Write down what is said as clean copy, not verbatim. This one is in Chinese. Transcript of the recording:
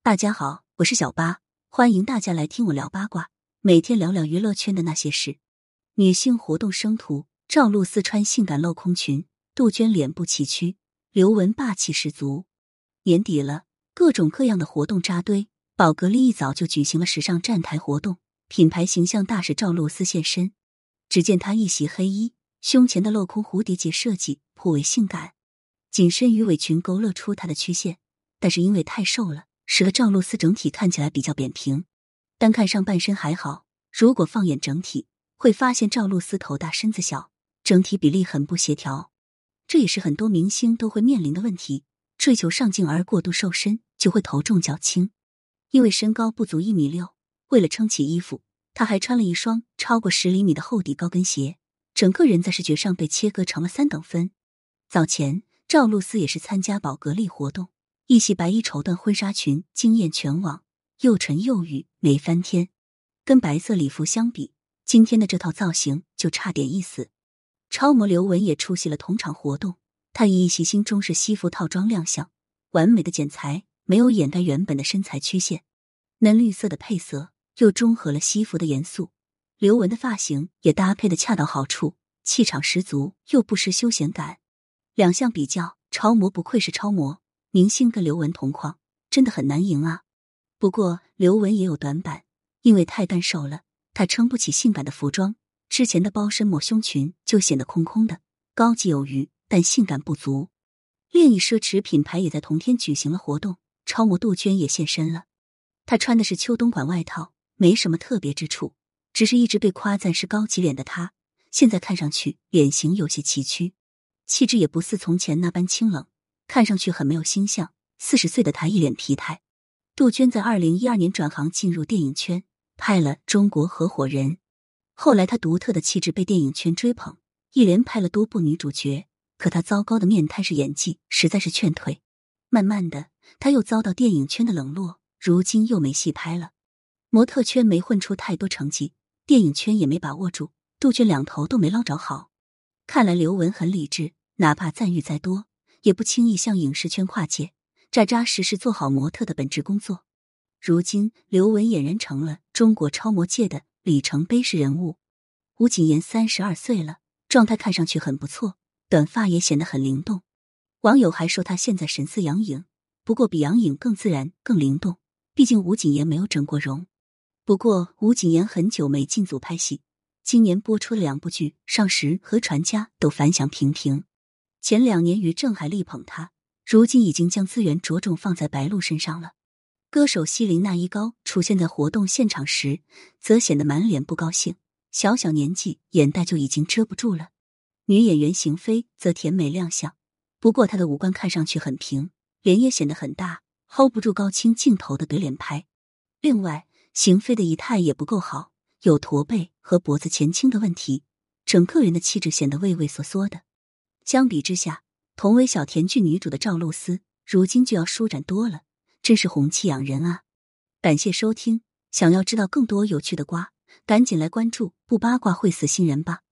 大家好，我是小八，欢迎大家来听我聊八卦，每天聊聊娱乐圈的那些事。女性活动生图，赵露思穿性感镂空裙，杜鹃脸部崎岖，刘雯霸气十足。年底了，各种各样的活动扎堆，宝格丽一早就举行了时尚站台活动，品牌形象大使赵露思现身。只见她一袭黑衣，胸前的镂空蝴蝶结设计颇为性感，紧身鱼尾裙勾勒出她的曲线，但是因为太瘦了，使得赵露思整体看起来比较扁平。单看上半身还好，如果放眼整体，会发现赵露思头大身子小，整体比例很不协调。这也是很多明星都会面临的问题，追求上镜而过度瘦身，就会头重脚轻。因为身高不足1.6米，为了撑起衣服，她还穿了一双超过10厘米的厚底高跟鞋，整个人在视觉上被切割成了3等分。早前，赵露思也是参加宝格丽活动，一袭白衣绸缎婚纱裙惊艳全网，又纯又欲，美翻天。跟白色礼服相比，今天的这套造型就差点意思。超模刘雯也出席了同场活动，她以一袭新中式西服套装亮相，完美的剪裁没有掩盖原本的身材曲线，嫩绿色的配色又中和了西服的严肃，刘雯的发型也搭配的恰到好处，气场十足又不失休闲感。两项比较，超模不愧是超模，明星跟刘雯同框，真的很难赢啊。不过刘雯也有短板，因为太单瘦了，她撑不起性感的服装，之前的包身抹胸裙就显得空空的，高级有余，但性感不足。另一奢侈品牌也在同天举行了活动，超模杜鹃也现身了。她穿的是秋冬款外套，没什么特别之处，只是一直被夸赞是高级脸的她，现在看上去脸型有些崎岖，气质也不似从前那般清冷，看上去很没有星象。40岁的她一脸疲态。杜鹃在2012年转行进入电影圈，拍了《中国合伙人》，后来她独特的气质被电影圈追捧，一连拍了多部女主角，可她糟糕的面瘫式演技实在是劝退。慢慢的，她又遭到电影圈的冷落，如今又没戏拍了。模特圈没混出太多成绩，电影圈也没把握住，杜鹃两头都没捞着好。看来刘雯很理智，哪怕赞誉再多，也不轻易向影视圈跨界，扎扎实实做好模特的本职工作。如今刘雯俨然成了中国超模界的里程碑式人物。吴谨言32岁了，状态看上去很不错，短发也显得很灵动。网友还说她现在神似杨颖，不过比杨颖更自然更灵动，毕竟吴谨言没有整过容。不过吴谨言很久没进组拍戏，今年播出的2部剧《上时》和《传家》都反响平平。前2年于正海力捧她，如今已经将资源着重放在白鹿身上了。歌手希林娜依高出现在活动现场时，则显得满脸不高兴，小小年纪眼袋就已经遮不住了。女演员邢菲则甜美亮相，不过她的五官看上去很平，脸也显得很大， hold 不住高清镜头的怼脸拍。另外，邢菲的仪态也不够好，有驼背和脖子前倾的问题，整个人的气质显得畏畏缩缩的。相比之下，同为小甜剧女主的赵露思如今就要舒展多了，真是红气养人啊。感谢收听，想要知道更多有趣的瓜，赶紧来关注，不八卦会死新人吧。